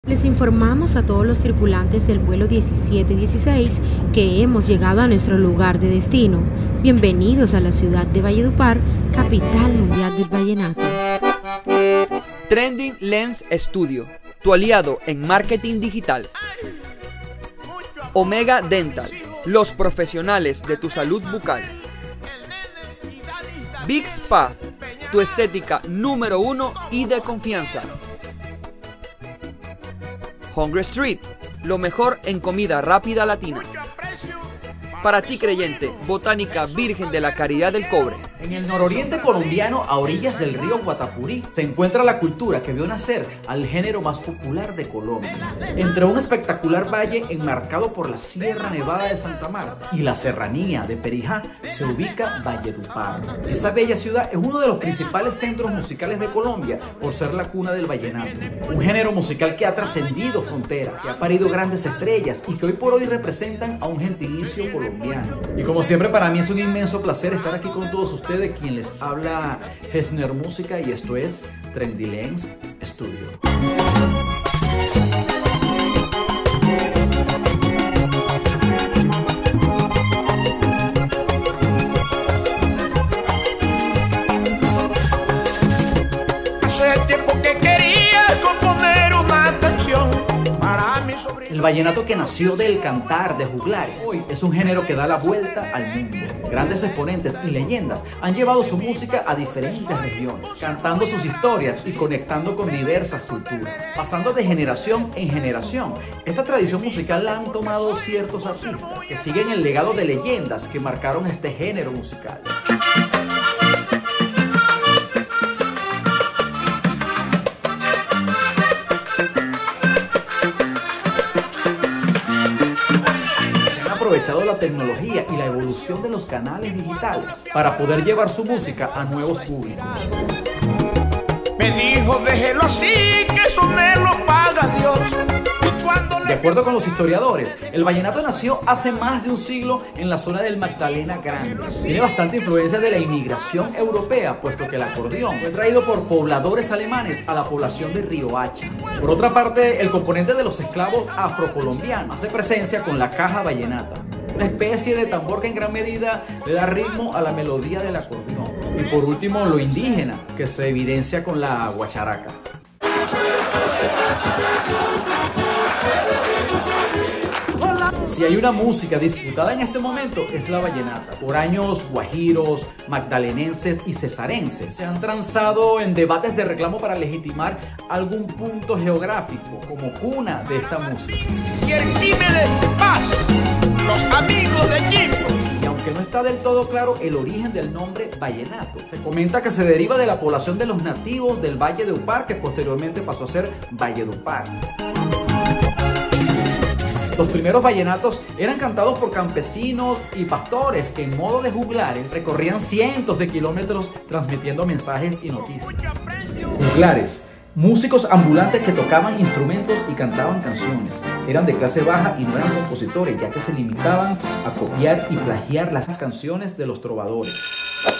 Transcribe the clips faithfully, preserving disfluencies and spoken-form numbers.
Les informamos a todos los tripulantes del vuelo diecisiete dieciséis que hemos llegado a nuestro lugar de destino. Bienvenidos a la ciudad de Valledupar, capital mundial del vallenato. Trending Lens Studio, tu aliado en marketing digital. Omega Dental, los profesionales de tu salud bucal. Big Spa, tu estética número uno y de confianza. Hungry Street, lo mejor en comida rápida latina. Para ti creyente, Botánica Virgen de la Caridad del Cobre. En el nororiente colombiano, a orillas del río Guatapurí, se encuentra la cultura que vio nacer al género más popular de Colombia. Entre un espectacular valle enmarcado por la Sierra Nevada de Santa Marta y la serranía de Perijá, se ubica Valledupar. Esa bella ciudad es uno de los principales centros musicales de Colombia por ser la cuna del vallenato. Un género musical que ha trascendido fronteras, que ha parido grandes estrellas y que hoy por hoy representan a un gentilicio colombiano. Y como siempre, para mí es un inmenso placer estar aquí con todos ustedes, quien les habla Hesner Música, y esto es Trending Lens Studio. Hace tiempo que quería componer una canción para mi sobrino. El vallenato, que nació del cantar de juglares, hoy es un género que da la vuelta al mundo. Grandes exponentes y leyendas han llevado su música a diferentes regiones, cantando sus historias y conectando con diversas culturas, pasando de generación en generación. Esta tradición musical la han tomado ciertos artistas que siguen el legado de leyendas que marcaron este género musical. Aprovechado la tecnología y la evolución de los canales digitales para poder llevar su música a nuevos públicos. Me dijo, déjelo así, que eso me lo paga Dios. Y cuando le... De acuerdo con los historiadores, el vallenato nació hace más de un siglo en la zona del Magdalena Grande. Tiene bastante influencia de la inmigración europea, puesto que el acordeón fue traído por pobladores alemanes a la población de Riohacha. Por otra parte, el componente de los esclavos afrocolombianos hace presencia con la caja vallenata, una especie de tambor que en gran medida le da ritmo a la melodía del acordeón. Y por último, lo indígena, que se evidencia con la guacharaca. Si hay una música disputada en este momento, es la vallenata. Por años, guajiros, magdalenenses y cesarenses se han transado en debates de reclamo para legitimar algún punto geográfico como cuna de esta música. Y Arquímedes Paz, los amigos de Egipto. Y aunque no está del todo claro el origen del nombre vallenato, se comenta que se deriva de la población de los nativos del Valle de Upar, que posteriormente pasó a ser Valledupar. Los primeros vallenatos eran cantados por campesinos y pastores que en modo de juglares recorrían cientos de kilómetros transmitiendo mensajes y noticias. Juglares, músicos ambulantes que tocaban instrumentos y cantaban canciones. Eran de clase baja y no eran compositores, ya que se limitaban a copiar y plagiar las canciones de los trovadores.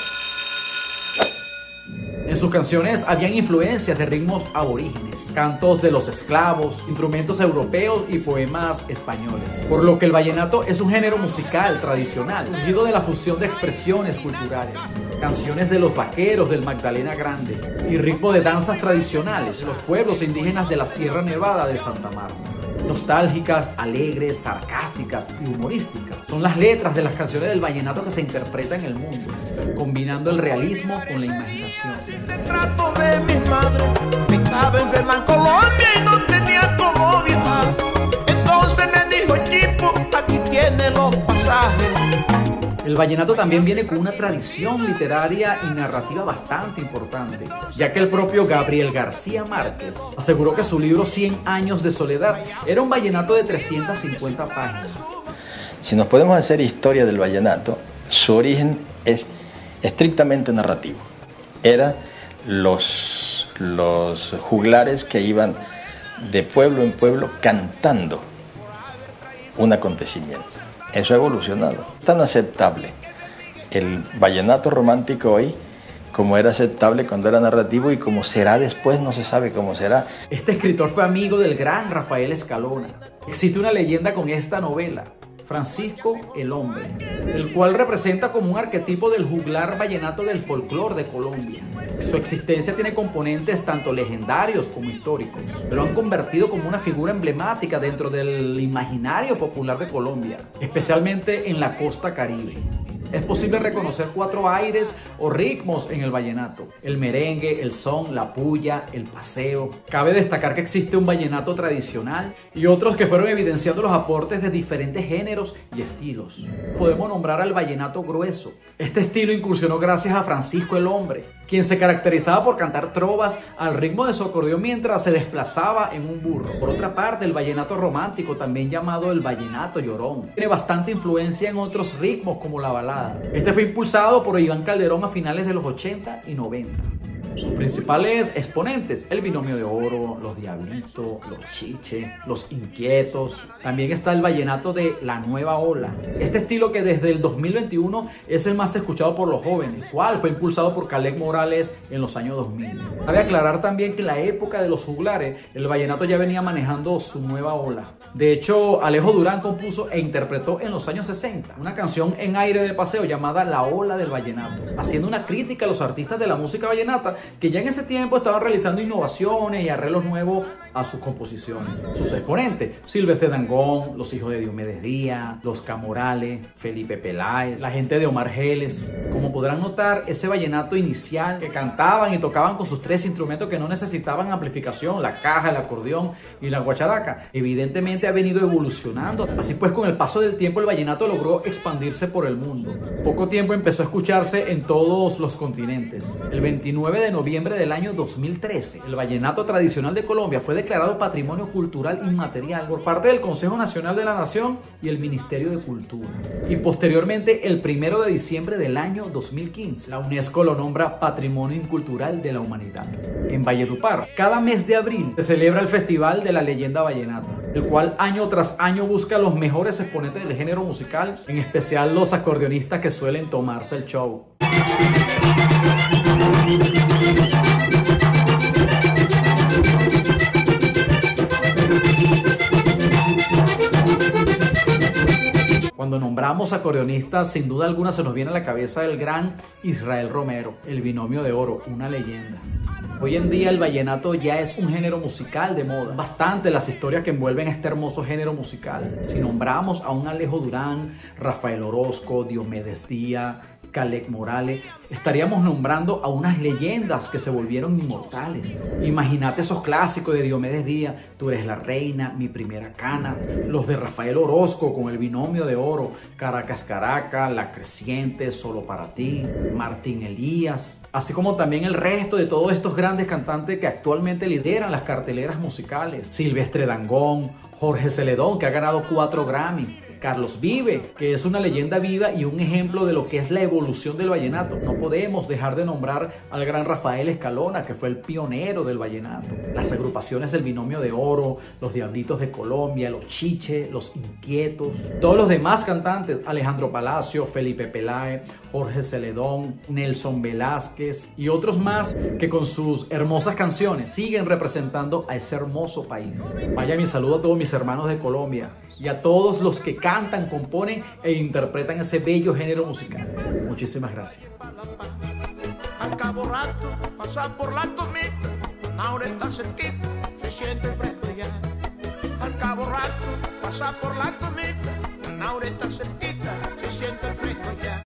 En sus canciones habían influencias de ritmos aborígenes, cantos de los esclavos, instrumentos europeos y poemas españoles. Por lo que el vallenato es un género musical tradicional, surgido de la fusión de expresiones culturales, canciones de los vaqueros del Magdalena Grande y ritmo de danzas tradicionales de los pueblos indígenas de la Sierra Nevada de Santa Marta. Nostálgicas, alegres, sarcásticas y humorísticas son las letras de las canciones del vallenato que se interpreta en el mundo, combinando el realismo con la imaginación. Este trato de mi madre, estaba enferma en Colombia y no tenía cómo viajar. Entonces me dijo, equipo, aquí tiene los pasajes. El vallenato también viene con una tradición literaria y narrativa bastante importante, ya que el propio Gabriel García Márquez aseguró que su libro cien años de soledad era un vallenato de trescientas cincuenta páginas. Si nos podemos hacer historia del vallenato, su origen es estrictamente narrativo. Eran los, los juglares que iban de pueblo en pueblo cantando un acontecimiento. Eso ha evolucionado. Tan aceptable el vallenato romántico hoy como era aceptable cuando era narrativo y como será después, no se sabe cómo será. Este escritor fue amigo del gran Rafael Escalona. Existe una leyenda con esta novela, Francisco el Hombre, el cual representa como un arquetipo del juglar vallenato del folclore de Colombia. Su existencia tiene componentes tanto legendarios como históricos. Lo han convertido como una figura emblemática dentro del imaginario popular de Colombia, especialmente en la costa caribe. Es posible reconocer cuatro aires o ritmos en el vallenato: el merengue, el son, la puya, el paseo. Cabe destacar que existe un vallenato tradicional y otros que fueron evidenciando los aportes de diferentes géneros y estilos. Podemos nombrar al vallenato grueso. Este estilo incursionó gracias a Francisco el Hombre, quien se caracterizaba por cantar trovas al ritmo de su acordeón mientras se desplazaba en un burro. Por otra parte, el vallenato romántico, también llamado el vallenato llorón, tiene bastante influencia en otros ritmos como la balada. Este fue impulsado por Iván Calderón a finales de los ochenta y noventa. Sus principales exponentes: el Binomio de Oro, los Diablitos, los Chiche, los Inquietos. También está el vallenato de la nueva ola. Este estilo, que desde el dos mil veintiuno es el más escuchado por los jóvenes, cual fue impulsado por Caleb Morales en los años dos mil. Cabe aclarar también que en la época de los juglares, el vallenato ya venía manejando su nueva ola. De hecho, Alejo Durán compuso e interpretó en los años sesenta una canción en aire de paseo llamada La Ola del Vallenato, haciendo una crítica a los artistas de la música vallenata que ya en ese tiempo estaban realizando innovaciones y arreglos nuevos a sus composiciones. Sus exponentes: Silvestre Dangond, los hijos de Diomedes Díaz, los Camorales, Felipe Peláez, la gente de Omar Geles. Como podrán notar, ese vallenato inicial que cantaban y tocaban con sus tres instrumentos que no necesitaban amplificación, la caja, el acordeón y la guacharaca, evidentemente ha venido evolucionando. Así pues, con el paso del tiempo, el vallenato logró expandirse por el mundo. Poco tiempo empezó a escucharse en todos los continentes. El veintinueve de noviembre del año dos mil trece, el vallenato tradicional de Colombia fue declarado Patrimonio Cultural Inmaterial por parte del Consejo Nacional de la Nación y el Ministerio de Cultura. Y posteriormente, el primero de diciembre del año dos mil quince, la UNESCO lo nombra Patrimonio Incultural de la Humanidad. En Valledupar, cada mes de abril se celebra el Festival de la Leyenda Vallenata, el cual año tras año busca los mejores exponentes del género musical, en especial los acordeonistas que suelen tomarse el show. Cuando nombramos acordeonistas, sin duda alguna se nos viene a la cabeza el gran Israel Romero, el Binomio de Oro, una leyenda. Hoy en día el vallenato ya es un género musical de moda. Bastante las historias que envuelven este hermoso género musical. Si nombramos a un Alejo Durán, Rafael Orozco, Diomedes Díaz, Caleb Morales, estaríamos nombrando a unas leyendas que se volvieron inmortales. Imagínate esos clásicos de Diomedes Díaz: Tú eres la reina, Mi primera cana. Los de Rafael Orozco con el Binomio de Oro, Caracas Caracas, La creciente, Solo para ti, Martín Elías. Así como también el resto de todos estos grandes cantantes que actualmente lideran las carteleras musicales: Silvestre Dangond, Jorge Celedón, que ha ganado cuatro Grammy, Carlos Vive, que es una leyenda viva y un ejemplo de lo que es la evolución del vallenato. No podemos dejar de nombrar al gran Rafael Escalona, que fue el pionero del vallenato. Las agrupaciones del Binomio de Oro, los Diablitos de Colombia, los Chiche, los Inquietos, todos los demás cantantes: Alejandro Palacio, Felipe Peláez, Jorge Celedón, Nelson Velázquez y otros más, que con sus hermosas canciones siguen representando a ese hermoso país. Vaya mi saludo a todos mis hermanos de Colombia y a todos los que cantan, componen e interpretan ese bello género musical. Muchísimas gracias. Al cabo rato, pasa por la comida, ahora está cerquita, se siente fresco ya. Al cabo rato, pasa por la comida,